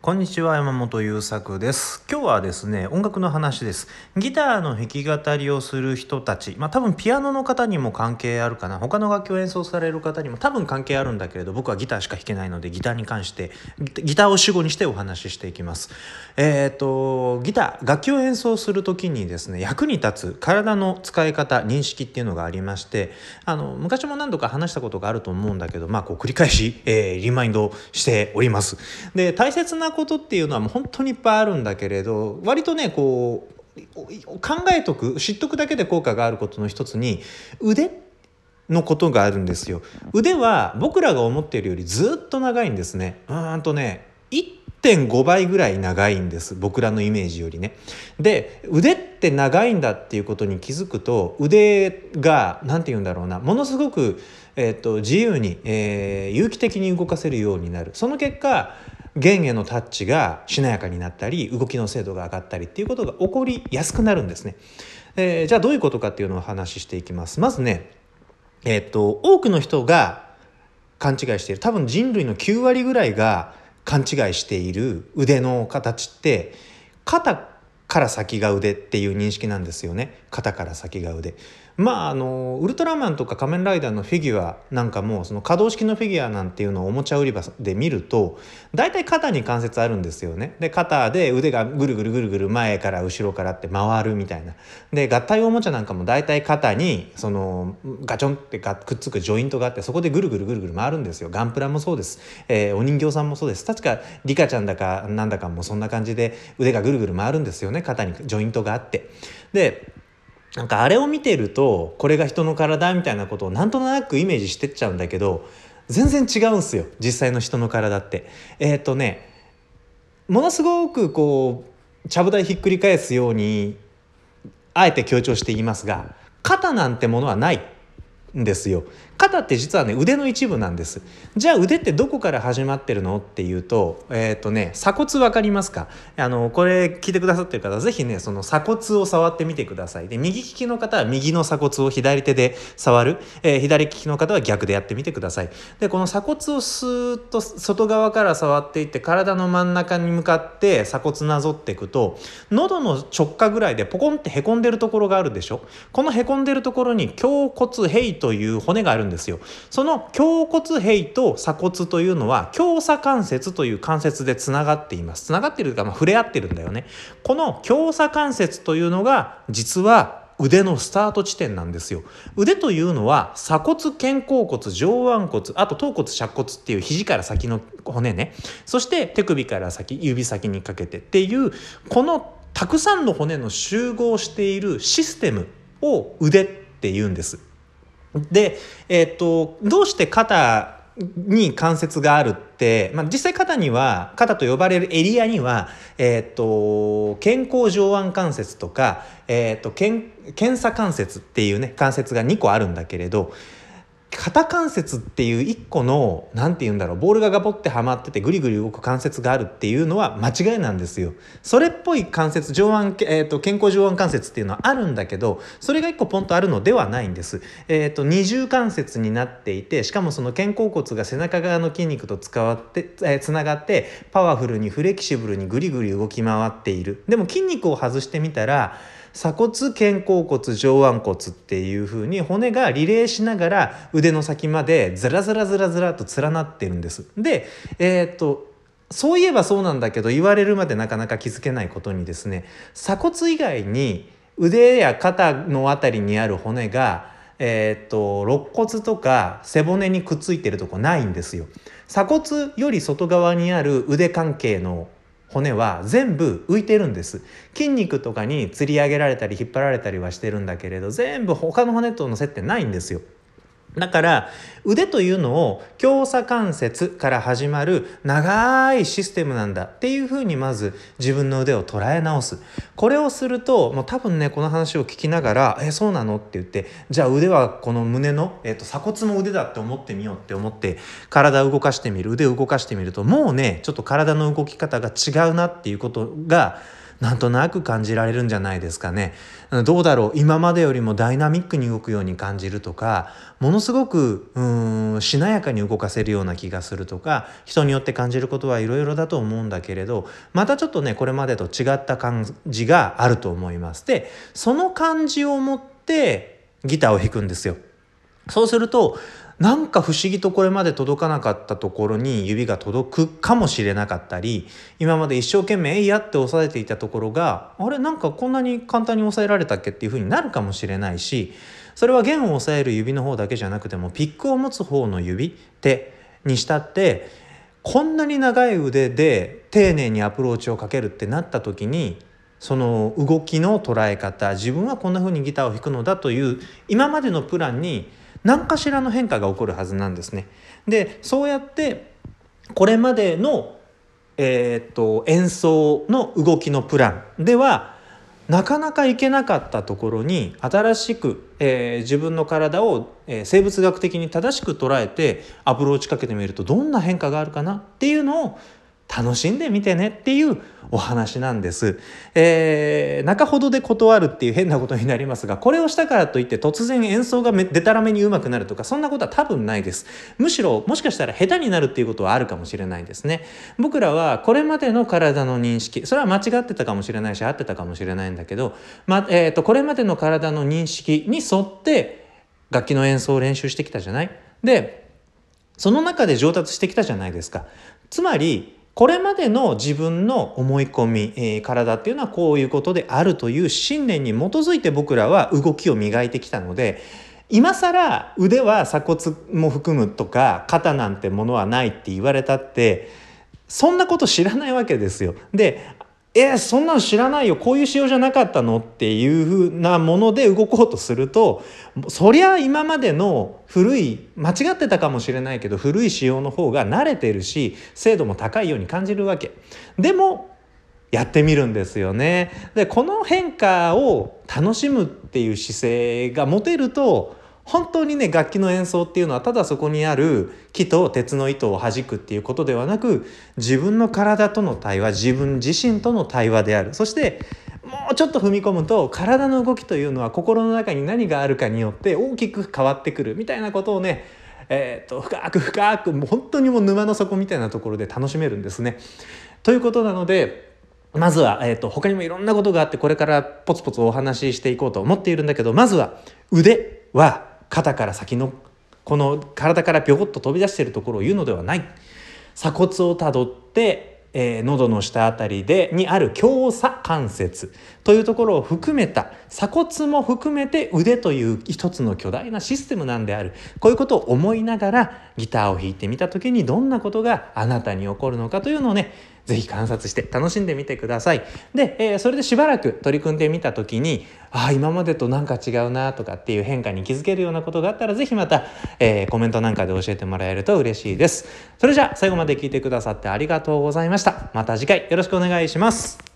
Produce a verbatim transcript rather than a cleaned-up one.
こんにちは、山本優作です。今日はですね、音楽の話です。ギターの弾き語りをする人たち、まあ多分ピアノの方にも関係あるかな。他の楽器を演奏される方にも多分関係あるんだけれど、僕はギターしか弾けないので、ギターに関して、ギターを主語にしてお話ししていきます。えっと、ギター、楽器を演奏するときにですね、役に立つ体の使い方、認識っていうのがありまして、あの、昔も何度か話したことがあると思うんだけど、まあこう繰り返し、えーリマインドしております。で、大切なことっていうのはもう本当にいっぱいあるんだけれど、割とねこう考えとく知っとくだけで効果があることの一つに腕のことがあるんですよ。腕は僕らが思っているよりずっと長いんですね。うーんとねいってんごばいぐらい長いんです、僕らのイメージよりね。で、腕って長いんだっていうことに気づくと、腕がなんて言うんだろうな、ものすごく、えー、と自由に、えー有機的に動かせるようになる。その結果弦へのタッチがしなやかになったり、動きの精度が上がったりっていうことが起こりやすくなるんですね。えーじゃあどういうことかっていうのをお話ししていきます。まずね、えっと多くの人が勘違いしている、多分人類のきゅうわりぐらいが勘違いしている腕の形って、肩から先が腕っていう認識なんですよね。肩から先が腕。まああのウルトラマンとか仮面ライダーのフィギュアなんかも、その可動式のフィギュアなんていうのをおもちゃ売り場で見ると、大体肩に関節あるんですよね。で、肩で腕がぐるぐるぐるぐる前から後ろからって回るみたいな。で、合体おもちゃなんかも大体肩にそのガチョンってくっつくジョイントがあって、そこでぐるぐるぐるぐる回るんですよ。ガンプラもそうです、えーお人形さんもそうです。確かリカちゃんだかなんだかもそんな感じで腕がぐるぐる回るんですよね。肩にジョイントがあって。で、なんかあれを見てると、これが人の体みたいなことをなんとなくイメージしてっちゃうんだけど、全然違うんすよ、実際の人の体って。えっ、とねものすごくこうちゃぶ台ひっくり返すようにあえて強調して言いますが、肩なんてものはないんですよ。肩って実はね腕の一部なんです。じゃあ腕ってどこから始まってるのっていうと、えっ、とね鎖骨わかりますか？あのこれ聞いてくださってる方ぜひねその鎖骨を触ってみてください。で、右利きの方は右の鎖骨を左手で触る、えー左利きの方は逆でやってみてください。で、この鎖骨をスーッと外側から触っていって、体の真ん中に向かって鎖骨なぞっていくと、喉の直下ぐらいでポコンってへこんでるところがあるでしょ。このへこんでるところに胸骨壁という骨があるんですよ。その胸骨壁と鎖骨というのは胸鎖関節という関節でつながっています。つながっているか、まあ、触れ合ってるんだよね。この胸鎖関節というのが実は腕のスタート地点なんですよ。腕というのは鎖骨、肩甲骨、上腕骨、あと頭骨、尺骨っていう肘から先の骨ね。そして手首から先、指先にかけてっていう、このたくさんの骨の集合しているシステムを腕って言うんです。で、えー、とどうして肩に関節があるって、まあ、実際肩には肩と呼ばれるエリアには、えー、と肩甲上腕関節とか、えー、と肩肩鎖関節っていうね関節がにこあるんだけれど、肩関節っていういっこのなんて言うんだろう、ボールがガボってはまっててぐりぐり動く関節があるっていうのは間違いなんですよ。それっぽい関節、上腕、えー、と肩甲上腕関節っていうのはあるんだけど、それがいっこポンとあるのではないんです。えー、と二重関節になっていて、しかもその肩甲骨が背中側の筋肉と使わって、えー、つながってパワフルにフレキシブルにぐりぐり動き回っている。でも筋肉を外してみたら鎖骨、肩甲骨、上腕骨っていう風に骨がリレーしながら腕の先までずらずらずらずらと連なってるんです。で、えー、っとそういえばそうなんだけど、言われるまでなかなか気づけないことにですね、鎖骨以外に腕や肩のあたりにある骨が、えー、っと肋骨とか背骨にくっついてるとこないんですよ。鎖骨より外側にある腕関係の骨は全部浮いてるんです。筋肉とかに吊り上げられたり引っ張られたりはしてるんだけれど、全部他の骨との接点ないんですよ。だから腕というのを胸鎖関節から始まる長いシステムなんだっていうふうに、まず自分の腕を捉え直す。これをすると、もう多分ねこの話を聞きながら「えそうなの?」って言って、じゃあ腕はこの胸の、えー、と鎖骨も腕だって思ってみようって思って体を動かしてみる、腕を動かしてみると、もうねちょっと体の動き方が違うなっていうことがなんとなく感じられるんじゃないですかね。どうだろう、今までよりもダイナミックに動くように感じるとか、ものすごくうーんしなやかに動かせるような気がするとか、人によって感じることはいろいろだと思うんだけれど、またちょっとねこれまでと違った感じがあると思います。でその感じを持ってギターを弾くんですよ。そうするとなんか不思議とこれまで届かなかったところに指が届くかもしれなかったり、今まで一生懸命「えいや」って押さえていたところがあれなんかこんなに簡単に押さえられたっけっていう風になるかもしれないし、それは弦を押さえる指の方だけじゃなくてもピックを持つ方の指手にしたってこんなに長い腕で丁寧にアプローチをかけるってなった時に、その動きの捉え方、自分はこんな風にギターを弾くのだという今までのプランに何かしらの変化が起こるはずなんですね。でそうやってこれまでの、えー、っと演奏の動きのプランではなかなかいけなかったところに新しく、えー、自分の体を、えー、生物学的に正しく捉えてアプローチかけてみるとどんな変化があるかなっていうのを楽しんでみてねっていうお話なんです。えー、中ほどで断るっていう変なことになりますが、これをしたからといって突然演奏がでたらめに上手くなるとかそんなことは多分ないです。むしろもしかしたら下手になるっていうことはあるかもしれないですね。僕らはこれまでの体の認識、それは間違ってたかもしれないし合ってたかもしれないんだけど、まえーと、これまでの体の認識に沿って楽器の演奏を練習してきたじゃない。でその中で上達してきたじゃないですか。つまりこれまでの自分の思い込み、えー、体っていうのはこういうことであるという信念に基づいて僕らは動きを磨いてきたので、今更腕は鎖骨も含むとか肩なんてものはないって言われたってそんなこと知らないわけですよ。でえー、そんなの知らないよ、こういう仕様じゃなかったのっていうふうなもので動こうとすると、そりゃ今までの古い間違ってたかもしれないけど古い仕様の方が慣れてるし精度も高いように感じるわけでもやってみるんですよね。でこの変化を楽しむっていう姿勢が持てると本当にね楽器の演奏っていうのはただそこにある木と鉄の糸を弾くっていうことではなく、自分の体との対話、自分自身との対話である。そしてもうちょっと踏み込むと体の動きというのは心の中に何があるかによって大きく変わってくるみたいなことをね、えー、と深く深くもう本当にもう沼の底みたいなところで楽しめるんですね。ということなのでまずは、えー、と他にもいろんなことがあってこれからポツポツお話ししていこうと思っているんだけど、まずは腕は肩から先のこの体からピョコッと飛び出しているところを言うのではない。鎖骨をたどって、えー、喉の下あたりでにある狭鎖関節というところを含めた鎖骨も含めて腕という一つの巨大なシステムなんである。こういうことを思いながらギターを弾いてみた時にどんなことがあなたに起こるのかというのをねぜひ観察して楽しんでみてください。で、えー、それでしばらく取り組んでみた時にああ今までとなんか違うなとかっていう変化に気づけるようなことがあったらぜひまた、えー、コメントなんかで教えてもらえると嬉しいです。それじゃあ最後まで聞いてくださってありがとうございました。また次回よろしくお願いします。